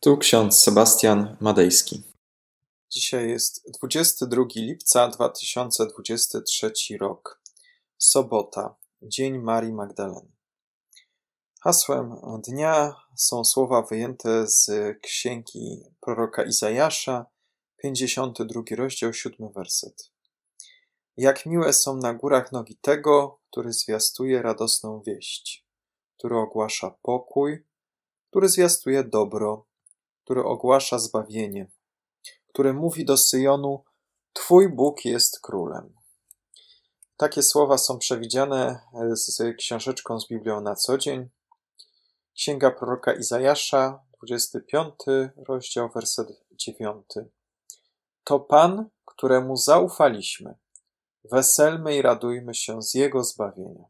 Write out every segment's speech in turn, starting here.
Tu ksiądz Sebastian Madejski. Dzisiaj jest 22 lipca 2023 rok. Sobota, Dzień Marii Magdaleny. Hasłem dnia są słowa wyjęte z księgi proroka Izajasza, 52 rozdział, 7 werset. Jak miłe są na górach nogi tego, który zwiastuje radosną wieść, który ogłasza pokój, który zwiastuje dobro, który ogłasza zbawienie, który mówi do Syjonu: Twój Bóg jest królem. Takie słowa są przewidziane z książeczką z Biblią na co dzień. Księga proroka Izajasza, 25 rozdział, werset 9. To Pan, któremu zaufaliśmy. Weselmy i radujmy się z Jego zbawienia.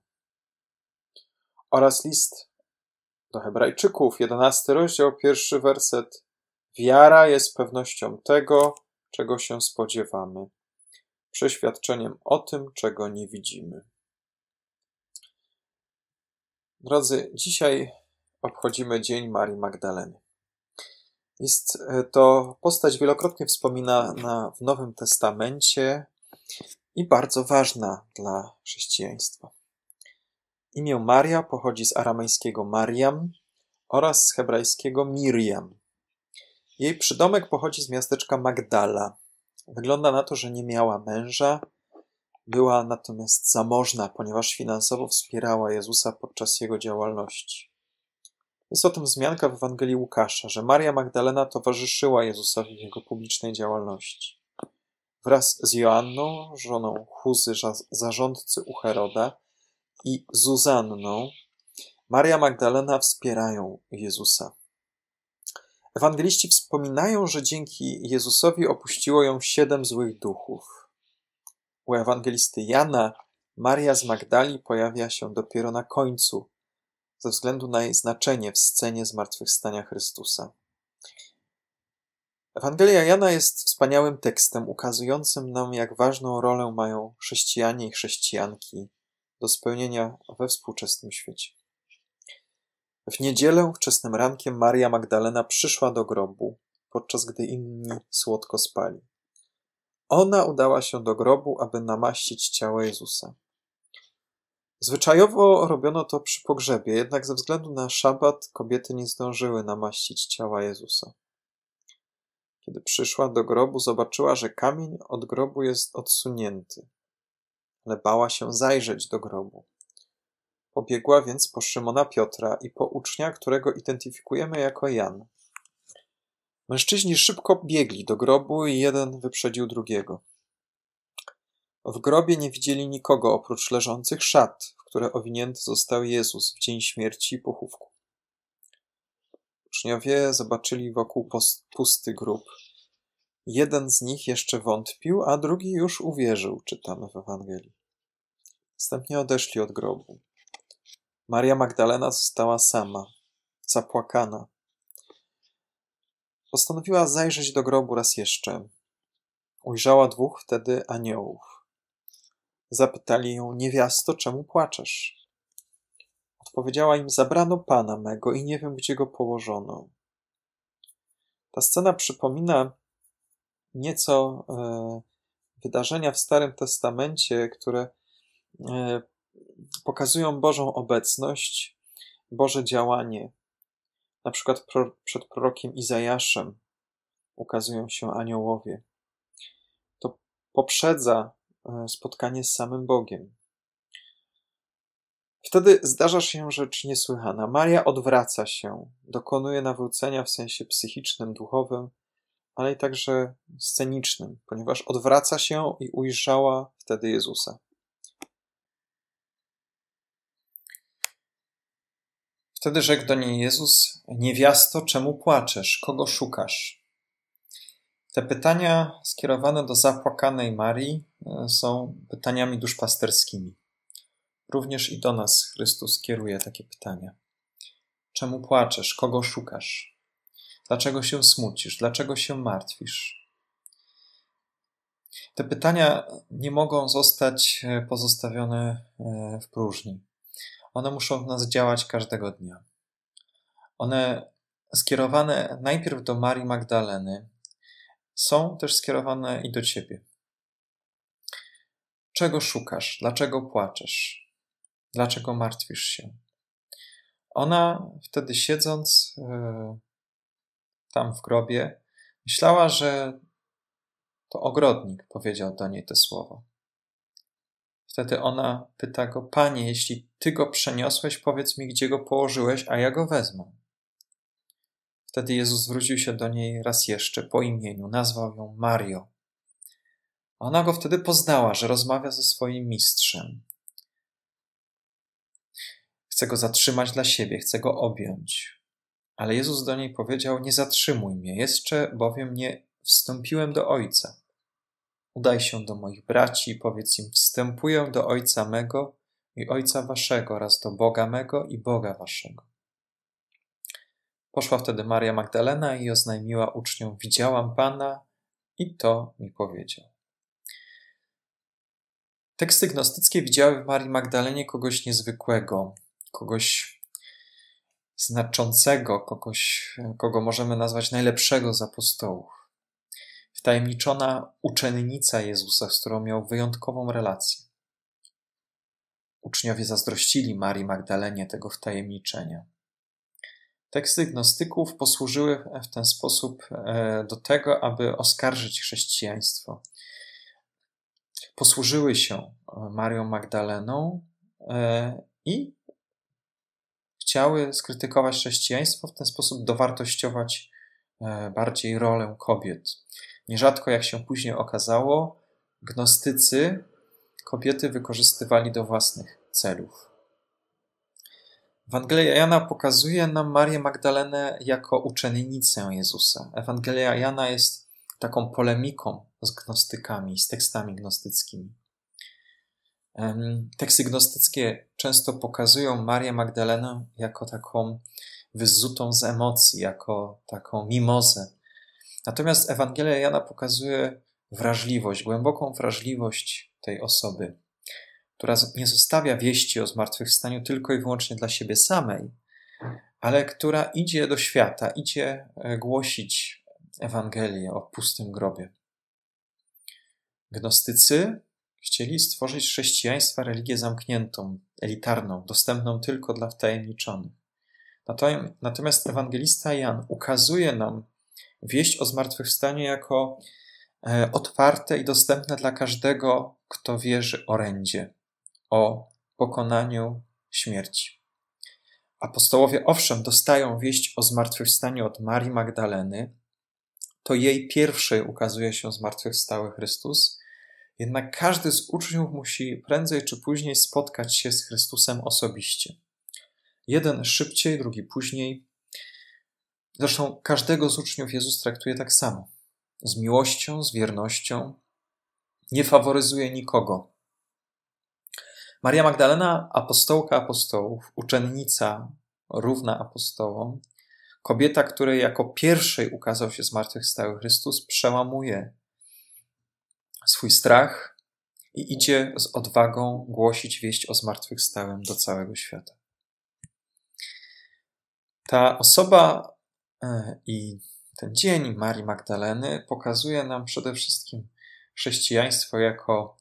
Oraz list do Hebrajczyków, 11 rozdział, 1 werset. Wiara jest pewnością tego, czego się spodziewamy, przeświadczeniem o tym, czego nie widzimy. Drodzy, dzisiaj obchodzimy Dzień Marii Magdaleny. Jest to postać wielokrotnie wspominana w Nowym Testamencie i bardzo ważna dla chrześcijaństwa. Imię Maria pochodzi z aramejskiego Mariam oraz z hebrajskiego Miriam. Jej przydomek pochodzi z miasteczka Magdala. Wygląda na to, że nie miała męża, była natomiast zamożna, ponieważ finansowo wspierała Jezusa podczas jego działalności. Jest o tym wzmianka w Ewangelii Łukasza, że Maria Magdalena towarzyszyła Jezusowi w jego publicznej działalności. Wraz z Joanną, żoną Chuzy, zarządcy u Heroda, i Zuzanną, Maria Magdalena wspierają Jezusa. Ewangeliści wspominają, że dzięki Jezusowi opuściło ją 7 złych duchów. U ewangelisty Jana Maria z Magdali pojawia się dopiero na końcu, ze względu na jej znaczenie w scenie zmartwychwstania Chrystusa. Ewangelia Jana jest wspaniałym tekstem ukazującym nam, jak ważną rolę mają chrześcijanie i chrześcijanki do spełnienia we współczesnym świecie. W niedzielę wczesnym rankiem Maria Magdalena przyszła do grobu, podczas gdy inni słodko spali. Ona udała się do grobu, aby namaścić ciało Jezusa. Zwyczajowo robiono to przy pogrzebie, jednak ze względu na szabat kobiety nie zdążyły namaścić ciała Jezusa. Kiedy przyszła do grobu, zobaczyła, że kamień od grobu jest odsunięty, ale bała się zajrzeć do grobu. Pobiegła więc po Szymona Piotra i po ucznia, którego identyfikujemy jako Jan. Mężczyźni szybko biegli do grobu i jeden wyprzedził drugiego. W grobie nie widzieli nikogo oprócz leżących szat, w które owinięty został Jezus w dzień śmierci i pochówku. Uczniowie zobaczyli wokół pusty grób. Jeden z nich jeszcze wątpił, a drugi już uwierzył, czytamy w Ewangelii. Następnie odeszli od grobu. Maria Magdalena została sama, zapłakana. Postanowiła zajrzeć do grobu raz jeszcze. Ujrzała 2 wtedy aniołów. Zapytali ją: niewiasto, czemu płaczesz? Odpowiedziała im: zabrano Pana mego i nie wiem, gdzie go położono. Ta scena przypomina nieco wydarzenia w Starym Testamencie, które pokazują Bożą obecność, Boże działanie. Na przykład przed prorokiem Izajaszem ukazują się aniołowie. To poprzedza spotkanie z samym Bogiem. Wtedy zdarza się rzecz niesłychana. Maria odwraca się, dokonuje nawrócenia w sensie psychicznym, duchowym, ale i także scenicznym, ponieważ odwraca się i ujrzała wtedy Jezusa. Wtedy rzekł do niej Jezus: niewiasto, czemu płaczesz? Kogo szukasz? Te pytania skierowane do zapłakanej Marii są pytaniami duszpasterskimi. Również i do nas Chrystus kieruje takie pytania. Czemu płaczesz? Kogo szukasz? Dlaczego się smucisz? Dlaczego się martwisz? Te pytania nie mogą zostać pozostawione w próżni. One muszą w nas działać każdego dnia. One skierowane najpierw do Marii Magdaleny, są też skierowane i do ciebie. Czego szukasz? Dlaczego płaczesz? Dlaczego martwisz się? Ona wtedy siedząc tam w grobie, myślała, że to ogrodnik powiedział do niej te słowa. Wtedy ona pyta go: Panie, jeśli Ty go przeniosłeś, powiedz mi, gdzie go położyłeś, a ja go wezmę. Wtedy Jezus zwrócił się do niej raz jeszcze po imieniu, nazwał ją Mario. Ona go wtedy poznała, że rozmawia ze swoim mistrzem. Chce go zatrzymać dla siebie, chce go objąć. Ale Jezus do niej powiedział: nie zatrzymuj mnie, jeszcze bowiem nie wstąpiłem do Ojca. Udaj się do moich braci i powiedz im: wstępuję do Ojca mego i Ojca waszego oraz do Boga mego i Boga waszego. Poszła wtedy Maria Magdalena i oznajmiła uczniom: widziałam Pana i to mi powiedział. Teksty gnostyckie widziały w Marii Magdalenie kogoś niezwykłego, kogoś znaczącego, kogoś, kogo możemy nazwać najlepszego z apostołów. Wtajemniczona uczennica Jezusa, z którą miał wyjątkową relację. Uczniowie zazdrościli Marii Magdalenie tego wtajemniczenia. Teksty gnostyków posłużyły w ten sposób do tego, aby oskarżyć chrześcijaństwo. Posłużyły się Marią Magdaleną i chciały skrytykować chrześcijaństwo, w ten sposób dowartościować bardziej rolę kobiet. Nierzadko, jak się później okazało, gnostycy kobiety wykorzystywali do własnych celów. Ewangelia Jana pokazuje nam Marię Magdalenę jako uczennicę Jezusa. Ewangelia Jana jest taką polemiką z gnostykami, z tekstami gnostyckimi. Teksty gnostyckie często pokazują Marię Magdalenę jako taką wyzutą z emocji, jako taką mimozę. Natomiast Ewangelia Jana pokazuje wrażliwość, głęboką wrażliwość tej osoby, która nie zostawia wieści o zmartwychwstaniu tylko i wyłącznie dla siebie samej, ale która idzie do świata, idzie głosić Ewangelię o pustym grobie. Gnostycy chcieli stworzyć z chrześcijaństwa religię zamkniętą, elitarną, dostępną tylko dla wtajemniczonych. Natomiast ewangelista Jan ukazuje nam wieść o zmartwychwstaniu jako otwarte i dostępne dla każdego, kto wierzy orędzie, o pokonaniu śmierci. Apostołowie owszem dostają wieść o zmartwychwstaniu od Marii Magdaleny, to jej pierwszej ukazuje się zmartwychwstały Chrystus, jednak każdy z uczniów musi prędzej czy później spotkać się z Chrystusem osobiście. Jeden szybciej, drugi później. Zresztą każdego z uczniów Jezus traktuje tak samo. Z miłością, z wiernością. Nie faworyzuje nikogo. Maria Magdalena, apostołka apostołów, uczennica równa apostołom, kobieta, której jako pierwszej ukazał się zmartwychwstały Chrystus, przełamuje swój strach i idzie z odwagą głosić wieść o zmartwychwstałym do całego świata. Ta osoba i ten dzień Marii Magdaleny pokazuje nam przede wszystkim chrześcijaństwo jako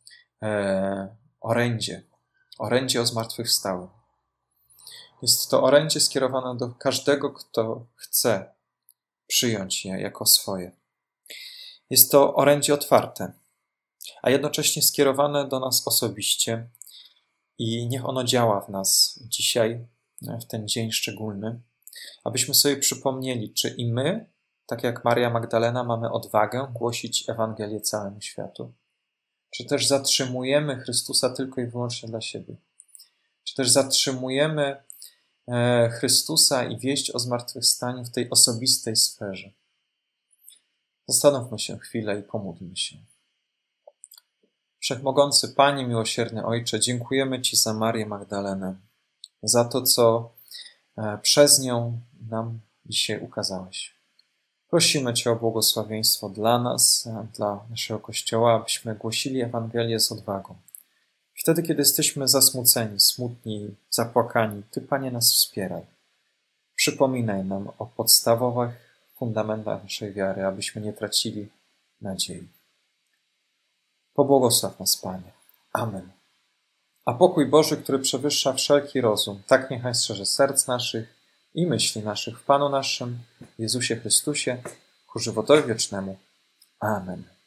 orędzie o zmartwychwstałym. Jest to orędzie skierowane do każdego, kto chce przyjąć je jako swoje. Jest to orędzie otwarte, a jednocześnie skierowane do nas osobiście i niech ono działa w nas dzisiaj, w ten dzień szczególny, abyśmy sobie przypomnieli, czy i my, tak jak Maria Magdalena, mamy odwagę głosić Ewangelię całemu światu, czy też zatrzymujemy Chrystusa tylko i wyłącznie dla siebie, czy też zatrzymujemy Chrystusa i wieść o zmartwychwstaniu w tej osobistej sferze. Zastanówmy się chwilę i pomódlmy się. Wszechmogący Panie, miłosierny Ojcze, dziękujemy Ci za Marię Magdalenę, za to, co przez nią nam dzisiaj ukazałeś. Prosimy Cię o błogosławieństwo dla nas, dla naszego Kościoła, abyśmy głosili Ewangelię z odwagą. Wtedy, kiedy jesteśmy zasmuceni, smutni, zapłakani, Ty, Panie, nas wspieraj. Przypominaj nam o podstawowych fundamentach naszej wiary, abyśmy nie tracili nadziei. Pobłogosław nas, Panie. Amen. A pokój Boży, który przewyższa wszelki rozum, tak niechaj strzeże serc naszych i myśli naszych w Panu naszym, Jezusie Chrystusie, ku żywotowi wiecznemu. Amen.